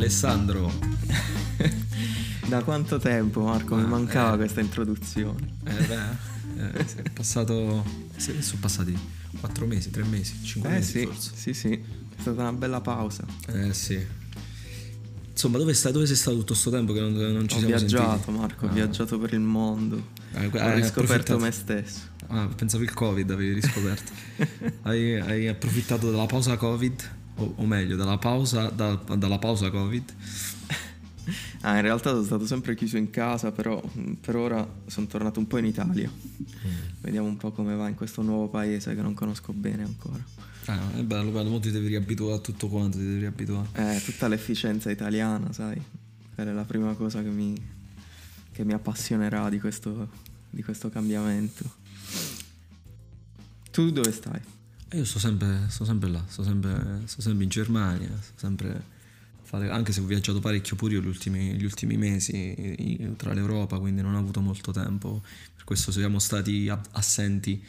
Alessandro. Da quanto tempo, Marco? Mi mancava questa introduzione. È passato. Sono passati 4 mesi, 3 mesi, 5 mesi Sì, forse. sì, è stata una bella pausa. Sì. Insomma, dove sei stato tutto sto tempo che non ci Ho siamo viaggiato, sentiti? Marco, ho viaggiato per il mondo. Ho Hai riscoperto approfittato. me stesso. Pensavo il Covid avevi riscoperto. hai approfittato della pausa Covid, o meglio, dalla pausa Covid. In realtà sono stato sempre chiuso in casa, però per ora sono tornato un po' in Italia. Vediamo un po' come va in questo nuovo paese che non conosco bene ancora. È bello, mo ti devi riabituare a tutto quanto, ti devi riabituare. Tutta l'efficienza italiana, sai? Quella è la prima cosa che mi appassionerà di questo cambiamento. Tu dove stai? Io sto sempre là, sto sempre in Germania, anche se ho viaggiato parecchio pure io gli ultimi mesi tra l'Europa, quindi non ho avuto molto tempo, per questo siamo stati assenti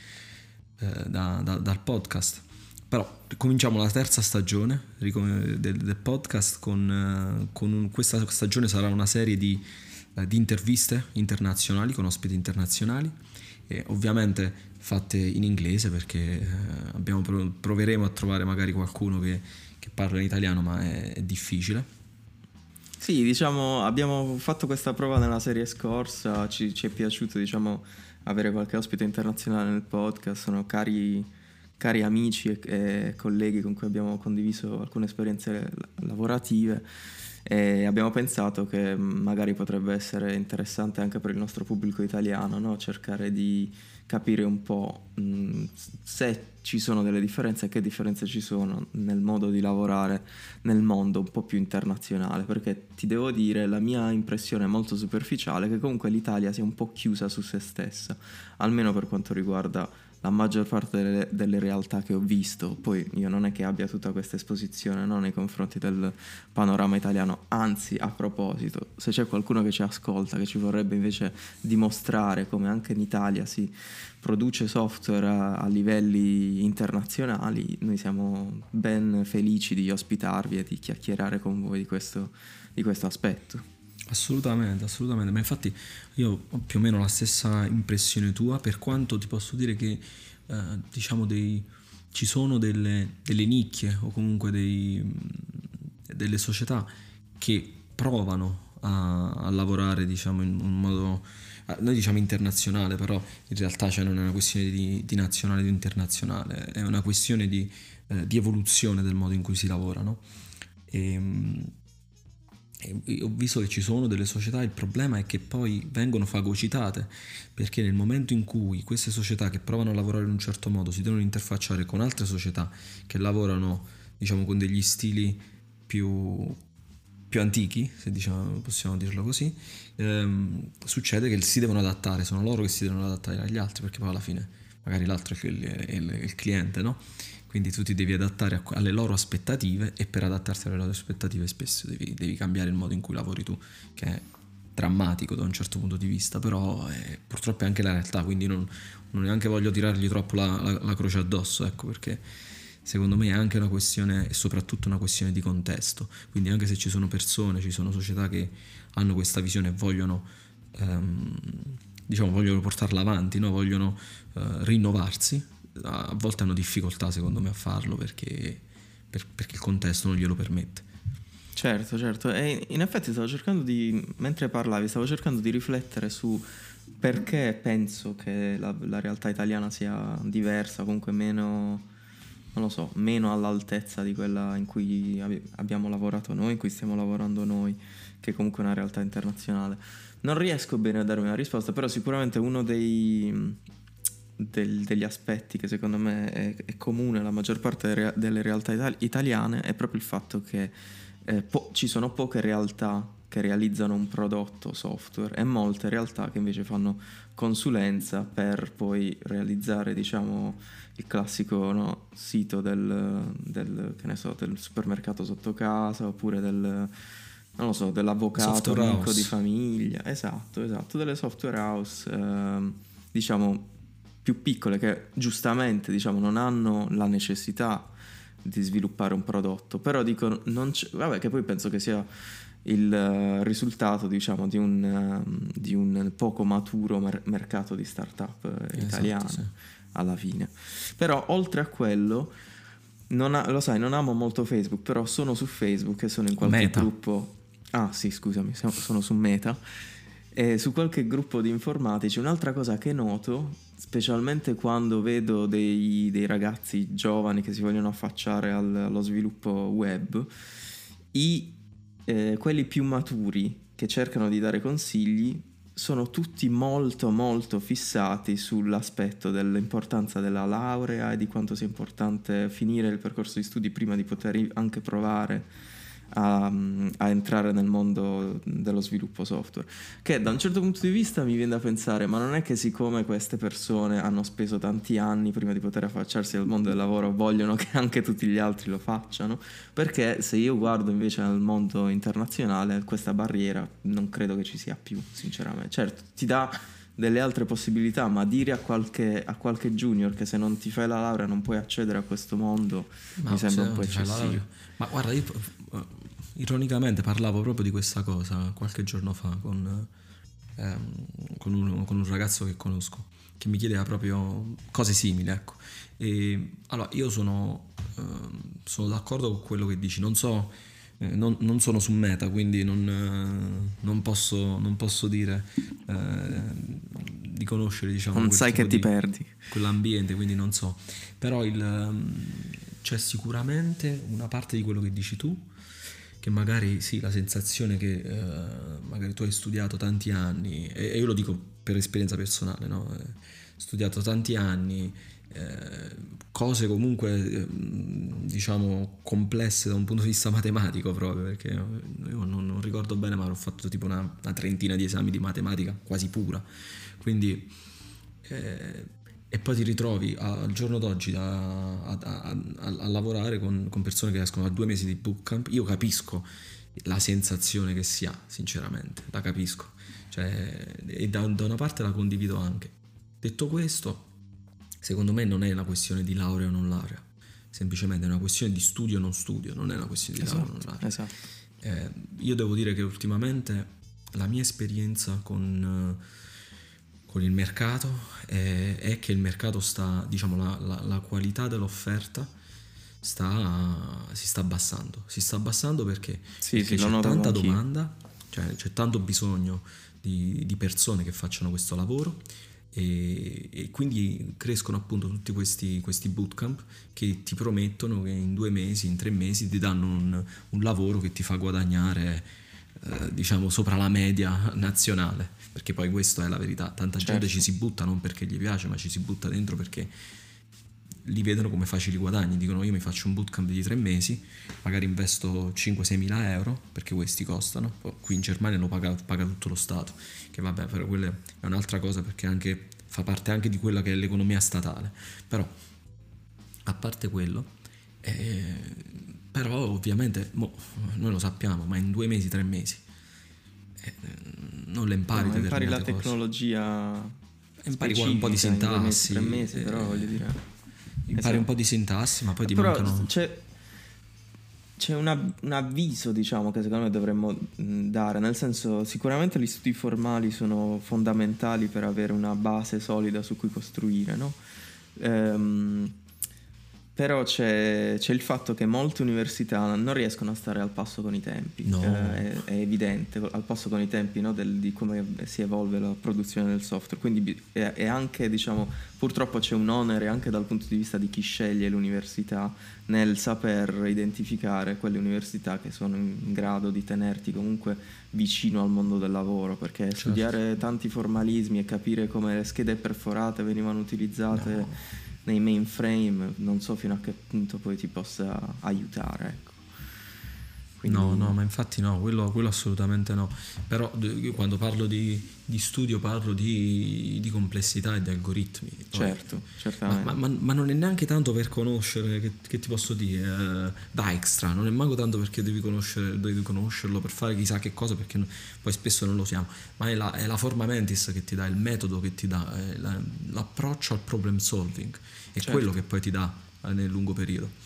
dal podcast. Però cominciamo la terza stagione del podcast questa stagione sarà una serie di interviste internazionali con ospiti internazionali, e ovviamente fatte in inglese perché proveremo a trovare magari qualcuno che parla in italiano, ma è difficile. Sì, diciamo, abbiamo fatto questa prova nella serie scorsa, ci è piaciuto, diciamo, avere qualche ospite internazionale nel podcast, sono cari amici e colleghi con cui abbiamo condiviso alcune esperienze lavorative, e abbiamo pensato che magari potrebbe essere interessante anche per il nostro pubblico italiano, no? Cercare di capire un po' se ci sono delle differenze e che differenze ci sono nel modo di lavorare nel mondo un po' più internazionale, perché ti devo dire, la mia impressione è molto superficiale, che comunque l'Italia sia un po' chiusa su se stessa, almeno per quanto riguarda la maggior parte delle realtà che ho visto. Poi io non è che abbia tutta questa esposizione, no, nei confronti del panorama italiano, anzi, a proposito, se c'è qualcuno che ci ascolta, che ci vorrebbe invece dimostrare come anche in Italia si produce software a livelli internazionali, noi siamo ben felici di ospitarvi e di chiacchierare con voi di questo aspetto. Assolutamente, ma infatti io ho più o meno la stessa impressione tua, per quanto ti posso dire che diciamo ci sono delle nicchie o comunque delle società che provano a lavorare, diciamo, in un modo, noi diciamo internazionale, però in realtà non è una questione di nazionale o di internazionale, è una questione di evoluzione del modo in cui si lavora, no? E ho visto che ci sono delle società, il problema è che poi vengono fagocitate, perché nel momento in cui queste società che provano a lavorare in un certo modo si devono interfacciare con altre società che lavorano, diciamo, con degli stili più antichi, se diciamo, possiamo dirlo così, succede che si devono adattare, sono loro che si devono adattare agli altri, perché poi alla fine magari l'altro è il cliente, no? Quindi tu ti devi adattare alle loro aspettative, e per adattarsi alle loro aspettative spesso devi cambiare il modo in cui lavori tu, che è drammatico da un certo punto di vista, però purtroppo è anche la realtà, quindi non neanche voglio tirargli troppo la croce addosso, ecco, perché secondo me è anche una questione, e soprattutto una questione di contesto. Quindi anche se ci sono persone, ci sono società che hanno questa visione e vogliono portarla avanti, no? Vogliono rinnovarsi, a volte hanno difficoltà secondo me a farlo perché il contesto non glielo permette. Certo, e in effetti mentre parlavi stavo cercando di riflettere su perché penso che la realtà italiana sia diversa, comunque meno, non lo so, meno all'altezza di quella in cui abbiamo lavorato noi, in cui stiamo lavorando noi, che comunque è una realtà internazionale. Non riesco bene a darmi una risposta, però sicuramente uno degli aspetti che secondo me è comune alla maggior parte delle realtà italiane è proprio il fatto che ci sono poche realtà che realizzano un prodotto software e molte realtà che invece fanno consulenza per poi realizzare, diciamo, il classico, no, sito del supermercato sotto casa, oppure non lo so, dell'avvocato Software amico house di famiglia. Esatto, delle software house, diciamo più piccole, che giustamente, diciamo, non hanno la necessità sviluppare un prodotto, però dico, vabbè, che poi penso che sia il risultato, diciamo, di un poco maturo mercato di startup italiano, Esatto, sì. alla fine. Però oltre a quello, lo sai, non amo molto Facebook, però sono su Facebook e sono in qualche Meta. gruppo. Ah sì, scusami, sono su Meta. E su qualche gruppo di informatici, un'altra cosa che noto, specialmente quando vedo dei ragazzi giovani che si vogliono affacciare allo sviluppo web, quelli più maturi che cercano di dare consigli sono tutti molto molto fissati sull'aspetto dell'importanza della laurea e di quanto sia importante finire il percorso di studi prima di poter anche provare a entrare nel mondo dello sviluppo software, che da un certo punto di vista mi viene da pensare, ma non è che siccome queste persone hanno speso tanti anni prima di poter affacciarsi al mondo del lavoro vogliono che anche tutti gli altri lo facciano? Perché se io guardo invece al mondo internazionale, questa barriera non credo che ci sia più, sinceramente. Certo, ti dà delle altre possibilità, ma dire a qualche junior che se non ti fai la laurea non puoi accedere a questo mondo mi sembra un po' eccessivo. Ma guarda, io ironicamente parlavo proprio di questa cosa qualche giorno fa con un ragazzo che conosco che mi chiedeva proprio cose simili, ecco. E allora io sono d'accordo con quello che dici, non so, non sono su Meta, quindi non posso dire di conoscere, diciamo, Non quel sai tipo che ti perdi. quell'ambiente, quindi non so. Però c'è sicuramente una parte di quello che dici tu, che magari sì, la sensazione che magari tu hai studiato tanti anni, e io lo dico per esperienza personale, no? Studiato tanti anni, cose comunque diciamo complesse da un punto di vista matematico proprio, perché io non ricordo bene, ma ho fatto tipo una trentina di esami di matematica quasi pura, quindi e poi ti ritrovi al giorno d'oggi a lavorare con persone che escono da 2 mesi di bootcamp. Io capisco la sensazione che si ha, sinceramente, la capisco, cioè, e da una parte la condivido anche. Detto questo, secondo me non è una questione di laurea o non laurea, semplicemente è una questione di studio o non studio, non è una questione di laurea o non laurea. Esatto. Io devo dire che ultimamente la mia esperienza con il mercato è che il mercato sta, diciamo, la qualità dell'offerta si sta abbassando perché Sì, c'è lo noto tanta anch'io. domanda, cioè c'è tanto bisogno di persone che facciano questo lavoro, e quindi crescono appunto tutti questi bootcamp che ti promettono che in 2 mesi, in 3 mesi ti danno un lavoro che ti fa guadagnare diciamo sopra la media nazionale, perché poi questa è la verità. Tanta gente ci si butta non perché gli piace, ma ci si butta dentro perché li vedono come facili guadagni, dicono io mi faccio un bootcamp di 3 mesi, magari investo 5-6 mila euro, perché questi costano. Poi qui in Germania lo paga tutto lo Stato, che vabbè, però quella è un'altra cosa, perché anche fa parte anche di quella che è l'economia statale. Però a parte quello, però ovviamente noi lo sappiamo, ma in 2 mesi, 3 mesi non le impari No, impari la determinate cose. tecnologia, Impari un po' di specifica in 2 mesi, sintassi, 3 mesi, però voglio dire. impari Esatto. un po' di sintassi, ma poi ti Però mancano. c'è un avviso, diciamo, che secondo me dovremmo dare, nel senso, sicuramente gli studi formali sono fondamentali per avere una base solida su cui costruire, no? Però c'è il fatto che molte università non riescono a stare al passo con i tempi. No. È evidente, al passo con i tempi, no, di come si evolve la produzione del software. Quindi è anche, diciamo, purtroppo c'è un onere anche dal punto di vista di chi sceglie l'università nel saper identificare quelle università che sono in grado di tenerti comunque vicino al mondo del lavoro, perché studiare tanti formalismi e capire come le schede perforate venivano utilizzate nei mainframe, non so fino a che punto poi ti possa aiutare, ecco. Quindi... No, ma infatti no, quello assolutamente no. Però io quando parlo di studio parlo di complessità e di algoritmi. Certo, certamente. Ma non è neanche tanto per conoscere, che ti posso dire, da extra, non è manco tanto perché devi conoscerlo per fare chissà che cosa, perché poi spesso non lo siamo, ma è la forma mentis che ti dà, il metodo che ti dà, l'approccio al problem solving, è quello che poi ti dà nel lungo periodo.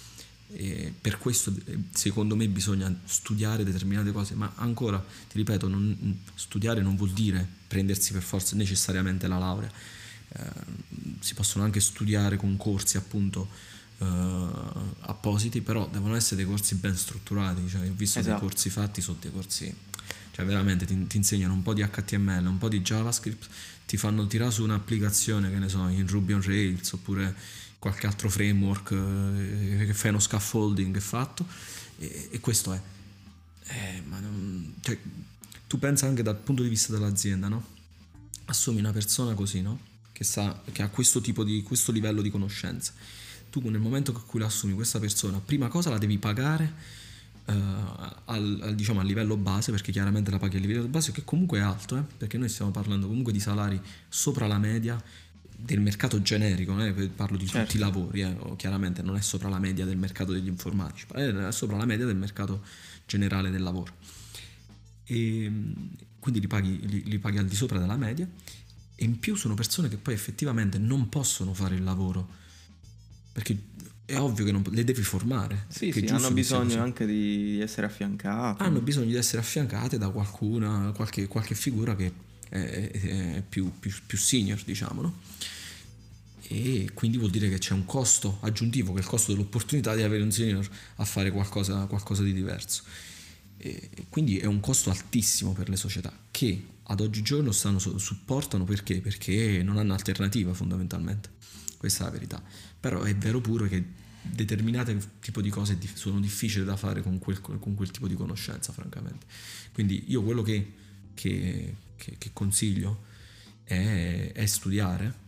E per questo secondo me bisogna studiare determinate cose, ma ancora ti ripeto, studiare non vuol dire prendersi per forza necessariamente la laurea. Si possono anche studiare con corsi appunto appositi, però devono essere dei corsi ben strutturati, cioè, ho visto dei Esatto. corsi fatti, sono dei corsi, cioè veramente ti insegnano un po' di HTML, un po' di JavaScript, ti fanno tirare su un'applicazione, che ne so, in Ruby on Rails oppure qualche altro framework, che fai uno scaffolding è fatto, e questo è. Ma cioè, tu pensa anche dal punto di vista dell'azienda, no? Assumi una persona così, no? Che ha questo livello di conoscenza. Tu nel momento in cui la assumi questa persona, prima cosa la devi pagare diciamo, al livello base, perché chiaramente la paghi a livello base, che comunque è alto, perché noi stiamo parlando comunque di salari sopra la media del mercato generico, parlo di tutti i Certo. lavori, chiaramente non è sopra la media del mercato degli informatici, è sopra la media del mercato generale del lavoro. E quindi li paghi al di sopra della media, e in più sono persone che poi effettivamente non possono fare il lavoro, perché è ovvio che le devi formare, Sì, che è sì, hanno giusto che sia bisogno così. anche di essere affiancati. Hanno bisogno di essere affiancate da qualcuna, qualche figura che è più senior, diciamo, no? E quindi vuol dire che c'è un costo aggiuntivo, che è il costo dell'opportunità di avere un senior a fare qualcosa di diverso. E quindi è un costo altissimo per le società, che ad oggigiorno supportano, perché non hanno alternativa, fondamentalmente. Questa è la verità. Però è vero pure che determinate tipo di cose sono difficili da fare con quel tipo di conoscenza, francamente. Quindi io quello che consiglio è studiare,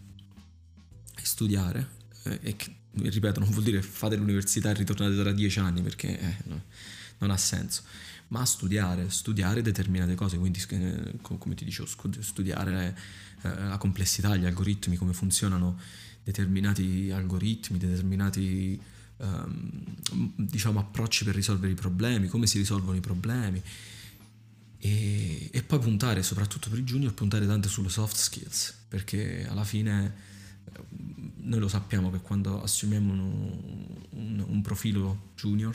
e ripeto, non vuol dire fate l'università e ritornate tra 10 anni, perché no, non ha senso, ma studiare determinate cose, quindi come ti dicevo, studiare la complessità, gli algoritmi, come funzionano determinati algoritmi, determinati diciamo approcci per risolvere i problemi, come si risolvono i problemi, e poi puntare, soprattutto per i junior, puntare tanto sulle soft skills, perché alla fine noi lo sappiamo che quando assumiamo un profilo junior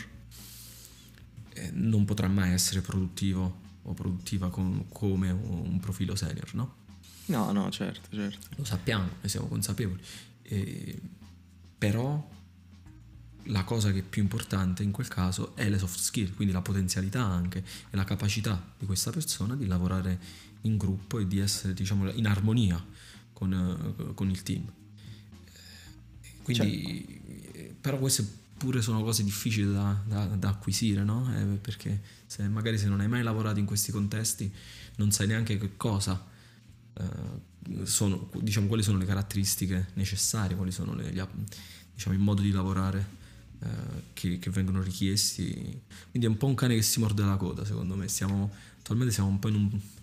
non potrà mai essere produttivo o produttiva come un profilo senior, no? No, no, certo, certo. Lo sappiamo, ne siamo consapevoli. E, però la cosa che è più importante in quel caso è le soft skill, quindi la potenzialità anche e la capacità di questa persona di lavorare in gruppo e di essere, diciamo, in armonia con il team. Cioè, Quindi, però queste pure sono cose difficili da acquisire, no? Perché magari se non hai mai lavorato in questi contesti non sai neanche che cosa sono, diciamo, quali sono le caratteristiche necessarie, quali sono diciamo, il modo di lavorare che vengono richiesti. Quindi è un po' un cane che si morde la coda, secondo me. Attualmente siamo un po'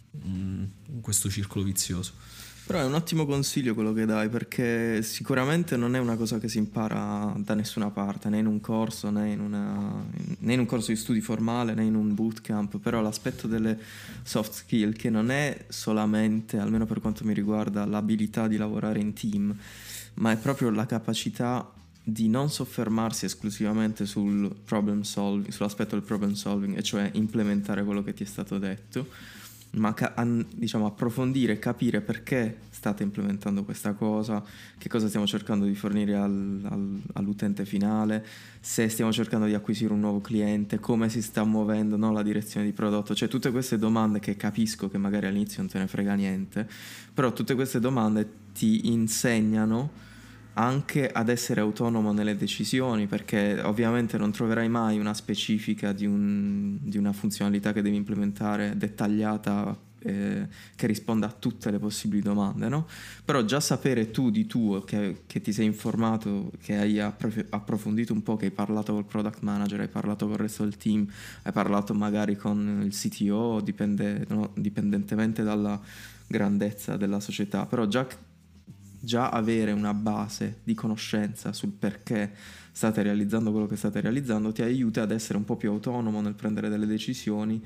in questo circolo vizioso. però è un ottimo consiglio quello che dai, perché sicuramente non è una cosa che si impara da nessuna parte, né in un corso, né in un corso di studi formale, né in un bootcamp, però l'aspetto delle soft skill, che non è solamente, almeno per quanto mi riguarda, l'abilità di lavorare in team, ma è proprio la capacità di non soffermarsi esclusivamente sull'aspetto del problem solving, e cioè implementare quello che ti è stato detto, ma diciamo approfondire, capire perché state implementando questa cosa, che cosa stiamo cercando di fornire all'utente finale, se stiamo cercando di acquisire un nuovo cliente, come si sta muovendo, no, la direzione di prodotto, cioè tutte queste domande che capisco che magari all'inizio non te ne frega niente, però tutte queste domande ti insegnano anche ad essere autonomo nelle decisioni, perché ovviamente non troverai mai una specifica di una funzionalità che devi implementare dettagliata, che risponda a tutte le possibili domande, no? Però già sapere tu di tuo che ti sei informato, che hai approfondito un po', che hai parlato col product manager, hai parlato con il resto del team, hai parlato magari con il CTO, dipendentemente dalla grandezza della società, però già avere una base di conoscenza sul perché state realizzando quello che state realizzando ti aiuta ad essere un po' più autonomo nel prendere delle decisioni,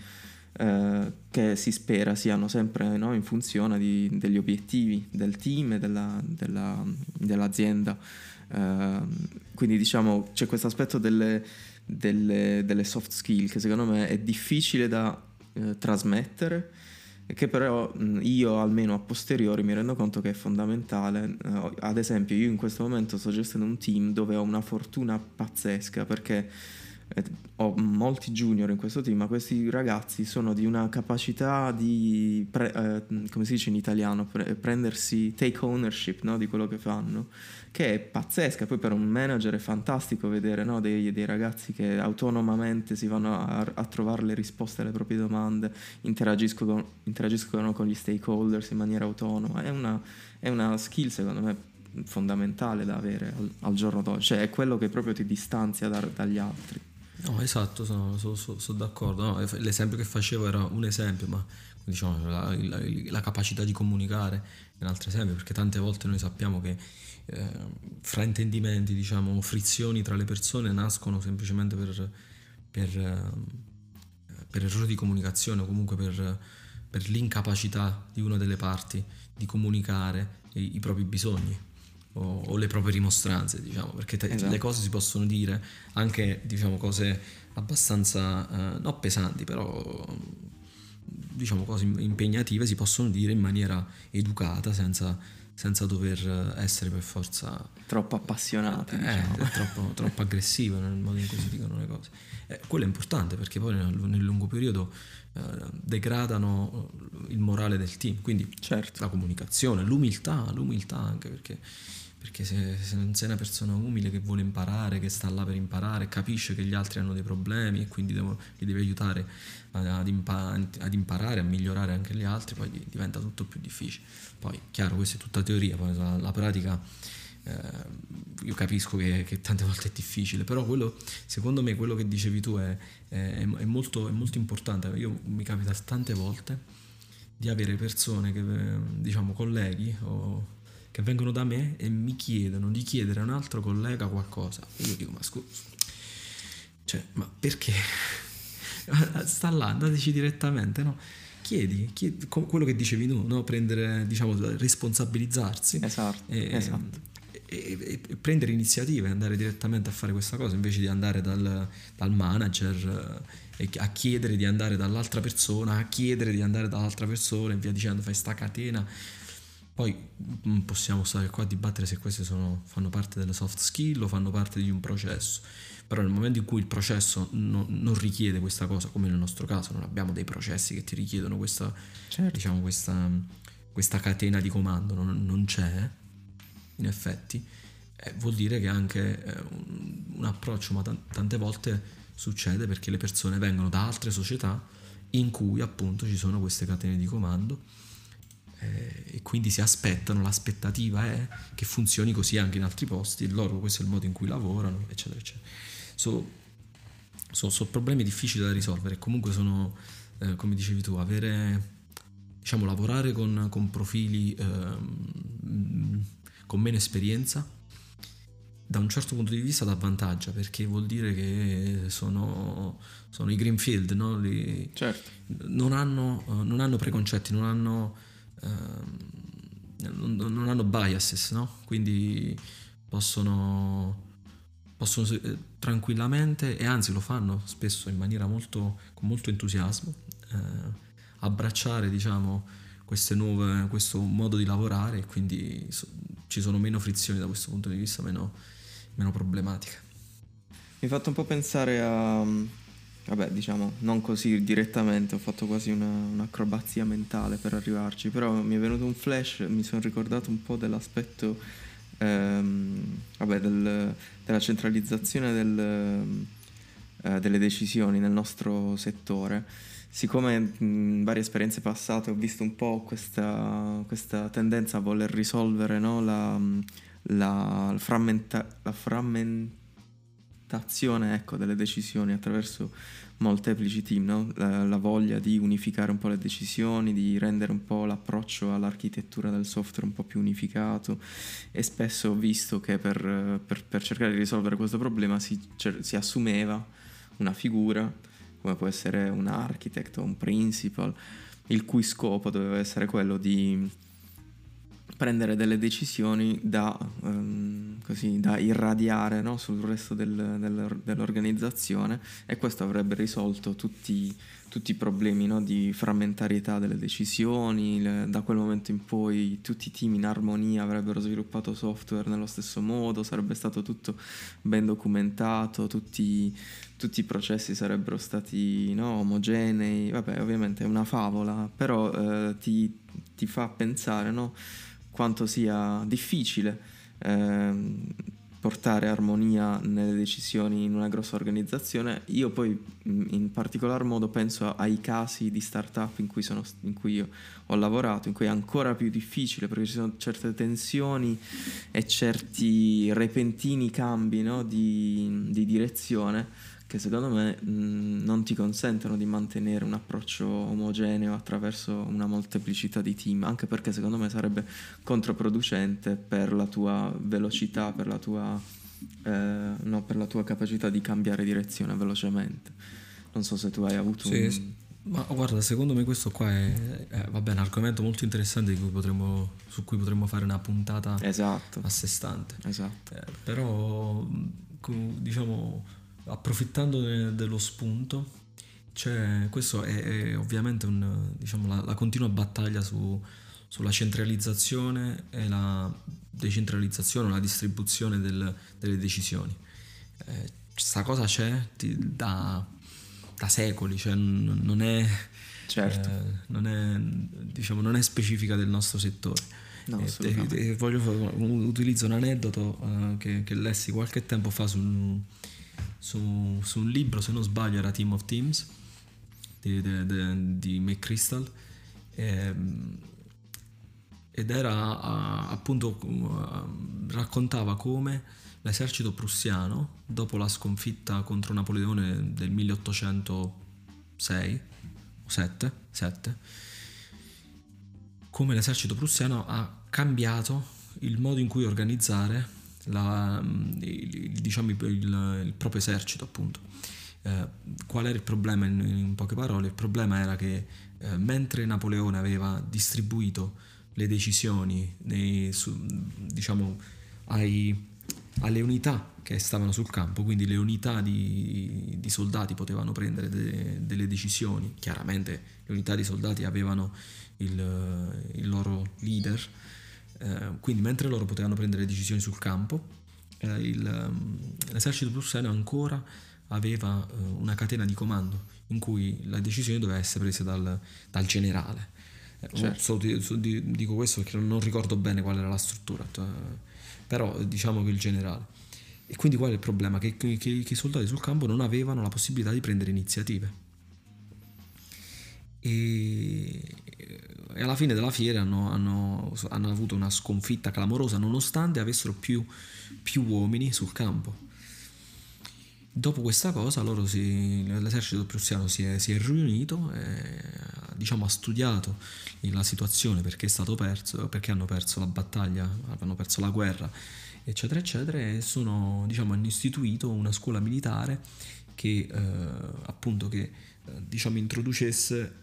che si spera siano sempre, no, in funzione degli obiettivi del team e dell'azienda Quindi diciamo c'è questo aspetto delle soft skill che secondo me è difficile da trasmettere, e che però io almeno a posteriori mi rendo conto che è fondamentale. Ad esempio io in questo momento sto gestendo un team dove ho una fortuna pazzesca, perché ho molti junior in questo team, ma questi ragazzi sono di una capacità di come si dice in italiano, prendersi, take ownership, no, di quello che fanno, che è pazzesca. Poi per un manager è fantastico vedere, no, dei ragazzi che autonomamente si vanno a trovare le risposte alle proprie domande, interagiscono con gli stakeholders in maniera autonoma. È una skill secondo me fondamentale da avere al giorno d'oggi, cioè è quello che proprio ti distanzia dagli altri. No, esatto, sono d'accordo. No, l'esempio che facevo era un esempio, ma diciamo la capacità di comunicare è un altro esempio, perché tante volte noi sappiamo che fraintendimenti, diciamo, frizioni tra le persone nascono semplicemente per errori di comunicazione, o comunque per l'incapacità di una delle parti di comunicare i propri bisogni o le proprie rimostranze, diciamo, perché Esatto. le cose si possono dire, anche diciamo cose abbastanza non pesanti, però diciamo cose impegnative si possono dire in maniera educata, senza dover essere per forza Troppo appassionati, diciamo. troppo aggressivo nel modo in cui si dicono le cose. Quello è importante, perché poi nel lungo periodo degradano il morale del team, quindi Certo. la comunicazione, l'umiltà anche, perché se non sei una persona umile che vuole imparare, che sta là per imparare, capisce che gli altri hanno dei problemi e quindi li devi aiutare ad imparare, a migliorare anche gli altri, poi diventa tutto più difficile. Poi chiaro, questa è tutta teoria, poi la pratica io capisco che tante volte è difficile, però secondo me quello che dicevi tu è molto importante. Mi capita tante volte di avere persone che, diciamo, colleghi che vengono da me e mi chiedono di chiedere a un altro collega qualcosa, e io dico: ma scusa, cioè, ma perché? Sta là, andateci direttamente, no? Chiedi quello che dicevi tu, no? Prendere, diciamo, responsabilizzarsi Esatto. e prendere iniziative, andare direttamente a fare questa cosa, invece di andare dal manager e a chiedere di andare dall'altra persona, a chiedere di andare dall'altra persona e via dicendo, fai sta catena. Poi possiamo stare qua a dibattere se queste fanno parte delle soft skill o fanno parte di un processo, però nel momento in cui il processo non richiede questa cosa, come nel nostro caso non abbiamo dei processi che ti richiedono questa, Certo. diciamo, questa catena di comando, non c'è in effetti, vuol dire che anche un approccio, ma tante volte succede perché le persone vengono da altre società in cui appunto ci sono queste catene di comando, e quindi l'aspettativa è che funzioni così anche in altri posti, e loro questo è il modo in cui lavorano, eccetera eccetera. Sono problemi difficili da risolvere, comunque sono, come dicevi tu, diciamo, lavorare con profili con meno esperienza da un certo punto di vista dà vantaggio, perché vuol dire che sono i greenfield, no? Certo. Non hanno preconcetti, non hanno biases, no? Quindi possono tranquillamente, e anzi lo fanno spesso in maniera con molto entusiasmo, abbracciare, diciamo, questo modo di lavorare, e quindi ci sono meno frizioni da questo punto di vista, meno problematiche. Mi ha fatto un po' pensare vabbè, diciamo, non così direttamente, ho fatto quasi un'acrobazia mentale per arrivarci, però mi è venuto un flash, mi sono ricordato un po' dell'aspetto, vabbè, della centralizzazione delle decisioni nel nostro settore. Siccome in varie esperienze passate ho visto un po' questa tendenza a voler risolvere, no, la frammentazione, ecco, delle decisioni attraverso molteplici team, no? La voglia di unificare un po' le decisioni, di rendere un po' l'approccio all'architettura del software un po' più unificato, e spesso ho visto che per cercare di risolvere questo problema si assumeva una figura come può essere un architect o un principal, il cui scopo doveva essere quello di prendere delle decisioni così, da irradiare, no, sul resto dell'organizzazione, e questo avrebbe risolto tutti i problemi, no, di frammentarietà delle decisioni. Da quel momento in poi tutti i team in armonia avrebbero sviluppato software nello stesso modo, sarebbe stato tutto ben documentato, tutti i processi sarebbero stati, no, omogenei. Vabbè, ovviamente è una favola, però ti fa pensare, no, quanto sia difficile portare armonia nelle decisioni in una grossa organizzazione. Io poi in particolar modo penso ai casi di startup in cui io ho lavorato, in cui è ancora più difficile, perché ci sono certe tensioni e certi repentini cambi, no, di direzione, che secondo me non ti consentono di mantenere un approccio omogeneo attraverso una molteplicità di team, anche perché secondo me sarebbe controproducente per la tua velocità, per la tua capacità di cambiare direzione velocemente. Non so se tu hai avuto Sì. Ma guarda, secondo me questo qua è vabbè, un argomento molto interessante su cui potremmo fare una puntata Esatto. a sé stante. Esatto. Però, diciamo, approfittando dello spunto, questo è ovviamente diciamo, la continua battaglia sulla centralizzazione e la decentralizzazione, la distribuzione delle decisioni. Questa cosa c'è da secoli, cioè non è, Certo. diciamo, non è specifica del nostro settore. No, assolutamente. Utilizzo un aneddoto che lessi qualche tempo fa su un libro, se non sbaglio era Team of Teams di McChrystal, ed era appunto, raccontava come l'esercito prussiano, dopo la sconfitta contro Napoleone del 1806 o 7, come l'esercito prussiano ha cambiato il modo in cui organizzare diciamo, il proprio esercito, appunto. Qual era il problema in poche parole? Il problema era che mentre Napoleone aveva distribuito le decisioni diciamo, alle unità che stavano sul campo, quindi le unità di soldati potevano prendere delle decisioni. Chiaramente le unità di soldati avevano il loro leader, quindi mentre loro potevano prendere decisioni sul campo, l'esercito prussiano ancora aveva una catena di comando in cui la decisione doveva essere presa dal generale. Certo. Dico questo perché non ricordo bene qual era la struttura, però diciamo che il generale. E quindi qual è il problema? Che i soldati sul campo non avevano la possibilità di prendere iniziative. E alla fine della fiera hanno avuto una sconfitta clamorosa, nonostante avessero più uomini sul campo. Dopo questa cosa l'esercito prussiano si è riunito e, diciamo, ha studiato la situazione, perché è stato perso, perché hanno perso la battaglia, hanno perso la guerra, eccetera eccetera, e hanno istituito una scuola militare che appunto diciamo introducesse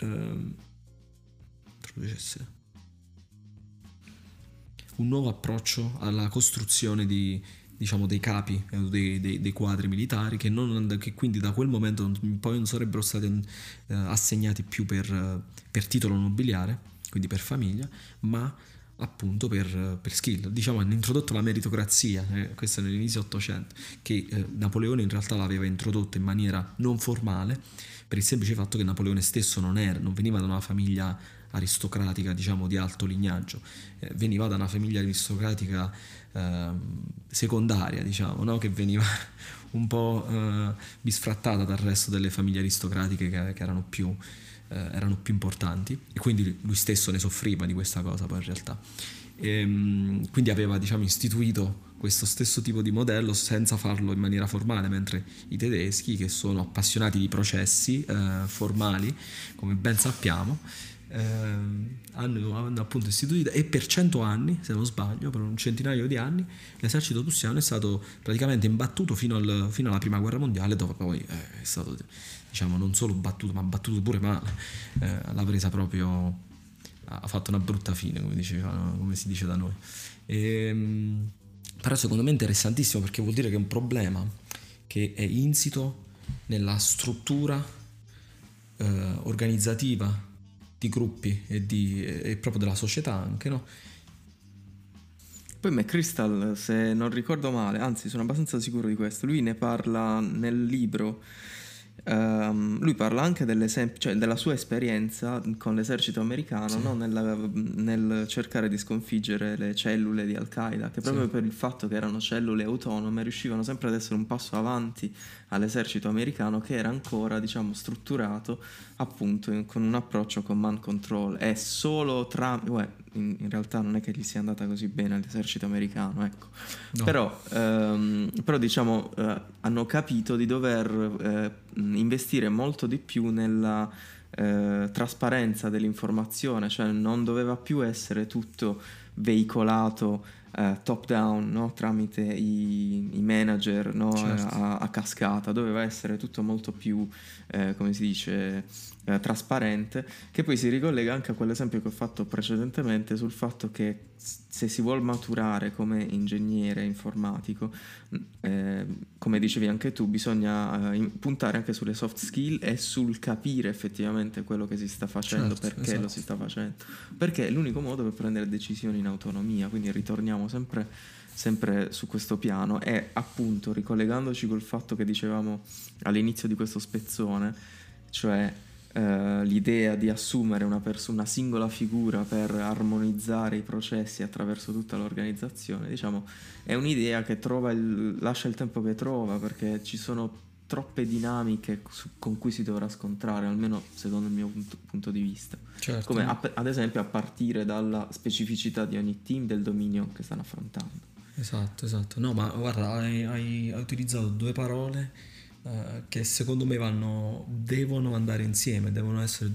un nuovo approccio alla costruzione dei capi, dei quadri militari, che quindi da quel momento in poi non sarebbero stati assegnati più per titolo nobiliare, quindi per famiglia, ma appunto per skill. Diciamo, hanno introdotto la meritocrazia, questo nell'inizio Ottocento, che Napoleone in realtà l'aveva introdotto in maniera non formale, per il semplice fatto che Napoleone stesso non veniva da una famiglia aristocratica, diciamo, di alto lignaggio, veniva da una famiglia aristocratica secondaria, diciamo, no? Che veniva un po' bisfrattata dal resto delle famiglie aristocratiche che erano più importanti, e quindi lui stesso ne soffriva di questa cosa poi in realtà. Quindi aveva, diciamo, istituito questo stesso tipo di modello senza farlo in maniera formale, mentre i tedeschi, che sono appassionati di processi formali, come ben sappiamo, hanno appunto istituito, e per 100 anni, se non sbaglio, per un centinaio di anni, l'esercito prussiano è stato praticamente imbattuto fino alla prima guerra mondiale, dove poi è stato, diciamo, non solo battuto, ma battuto pure male. L'ha presa proprio ha fatto una brutta fine, come si dice da noi. Però secondo me è interessantissimo, perché vuol dire che è un problema che è insito nella struttura organizzativa di gruppi e proprio della società anche, no? Poi McChrystal, se non ricordo male, anzi sono abbastanza sicuro di questo, lui ne parla nel libro. Lui parla anche dell'esempio, cioè della sua esperienza con l'esercito americano, Sì. no? Nel cercare di sconfiggere le cellule di Al-Qaeda, che proprio Sì. per il fatto che erano cellule autonome riuscivano sempre ad essere un passo avanti all'esercito americano, che era ancora, diciamo, strutturato appunto con un approccio command control, e solo in realtà non è che gli sia andata così bene all'esercito americano, ecco. No. Però diciamo hanno capito di dover investire molto di più nella trasparenza dell'informazione, cioè non doveva più essere tutto veicolato top down, no? Tramite i manager, no? Certo. A cascata, doveva essere tutto molto più, come si dice, trasparente, che poi si ricollega anche a quell'esempio che ho fatto precedentemente sul fatto che se si vuol maturare come ingegnere informatico, come dicevi anche tu, bisogna puntare anche sulle soft skill e sul capire effettivamente quello che si sta facendo, Certo, perché lo esatto. si sta facendo, perché è l'unico modo per prendere decisioni in autonomia. Quindi ritorniamo sempre su questo piano, e appunto ricollegandoci col fatto che dicevamo all'inizio di questo spezzone, cioè l'idea di assumere una singola figura per armonizzare i processi attraverso tutta l'organizzazione, diciamo, è un'idea che lascia il tempo che trova, perché ci sono troppe dinamiche con cui si dovrà scontrare, almeno secondo il mio punto di vista. Certo. Come ad esempio a partire dalla specificità di ogni team, del dominio che stanno affrontando. Esatto. No, ma guarda, hai utilizzato due parole che secondo me devono andare insieme, devono essere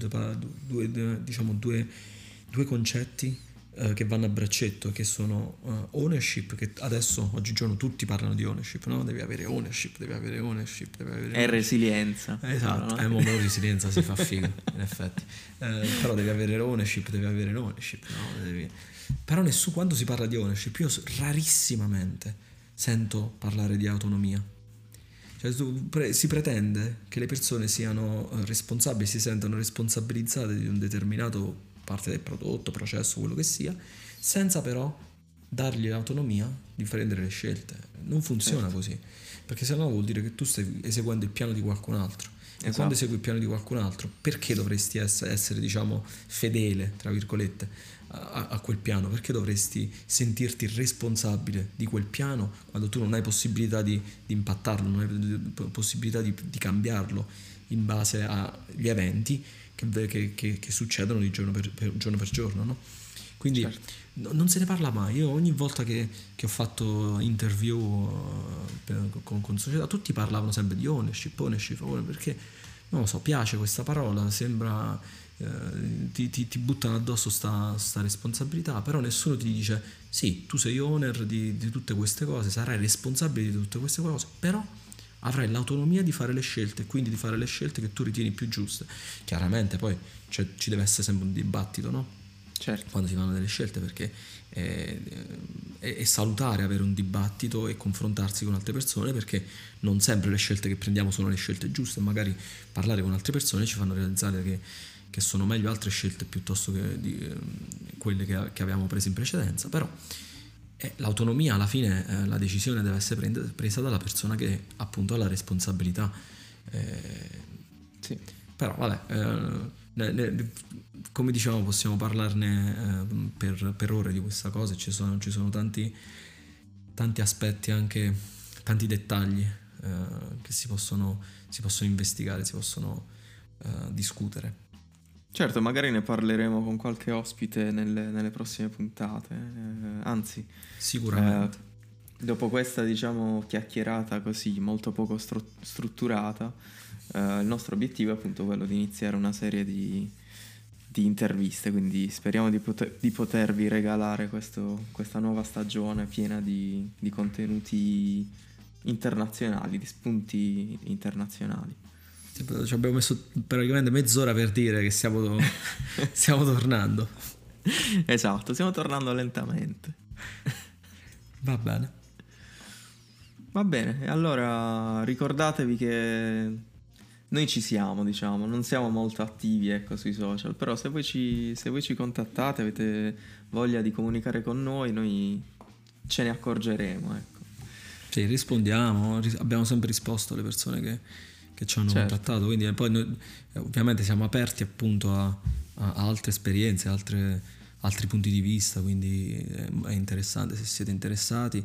due concetti che vanno a braccetto, che sono ownership, che adesso oggigiorno tutti parlano di ownership, no? Devi avere ownership. E resilienza. Esatto, No? mo resilienza si fa figa, in effetti. Però devi avere ownership, no? Però nessuno, quando si parla di ownership, io rarissimamente sento parlare di autonomia. Cioè, si pretende che le persone siano responsabili, si sentano responsabilizzate di un determinato parte del prodotto, processo, quello che sia, senza però dargli l'autonomia di prendere le scelte. Non funziona Certo. così, perché sennò vuol dire che tu stai eseguendo il piano di qualcun altro. E Esatto. quando esegui il piano di qualcun altro, perché dovresti essere, diciamo, fedele, tra virgolette, a quel piano? Perché dovresti sentirti responsabile di quel piano quando tu non hai possibilità di impattarlo, non hai possibilità di cambiarlo in base agli eventi che succedono di giorno per giorno, no? Quindi Certo. non se ne parla mai. Io ogni volta che ho fatto interview con società, tutti parlavano sempre di ownership, perché non lo so, piace questa parola, sembra ti buttano addosso sta responsabilità, però nessuno ti dice sì, tu sei owner di tutte queste cose, sarai responsabile di tutte queste cose, però avrai l'autonomia di fare le scelte, quindi di fare le scelte che tu ritieni più giuste. Chiaramente poi ci deve essere sempre un dibattito, no? Certo. Quando si fanno delle scelte, perché è salutare avere un dibattito e confrontarsi con altre persone, perché non sempre le scelte che prendiamo sono le scelte giuste, magari parlare con altre persone ci fanno realizzare che sono meglio altre scelte piuttosto che quelle che avevamo preso in precedenza. Però l'autonomia, alla fine la decisione deve essere presa dalla persona che appunto ha la responsabilità. Sì. Però vabbè, come diciamo, possiamo parlarne per ore di questa cosa. Ci sono tanti aspetti, anche tanti dettagli che si possono investigare, si possono discutere. Certo, magari ne parleremo con qualche ospite nelle prossime puntate. Anzi, Sicuramente. dopo questa, diciamo, chiacchierata così molto poco strutturata, il nostro obiettivo è appunto quello di iniziare una serie di interviste, quindi speriamo di potervi regalare questa nuova stagione piena di contenuti internazionali, di spunti internazionali. Ci abbiamo messo praticamente mezz'ora per dire che stiamo tornando. Esatto, stiamo tornando lentamente. Va bene. Va bene, e allora ricordatevi che noi ci siamo, diciamo, non siamo molto attivi, ecco, sui social, però se voi ci contattate, avete voglia di comunicare con noi ce ne accorgeremo, ecco. Sì, rispondiamo, abbiamo sempre risposto alle persone che ci hanno Certo. contattato, quindi poi noi ovviamente siamo aperti appunto a altre esperienze, altri punti di vista, quindi è interessante, se siete interessati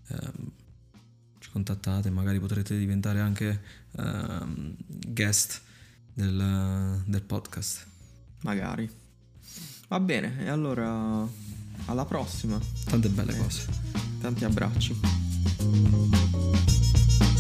ci contattate, magari potrete diventare anche guest del podcast. Magari. Va bene, e allora alla prossima. Tante belle cose. Tanti abbracci.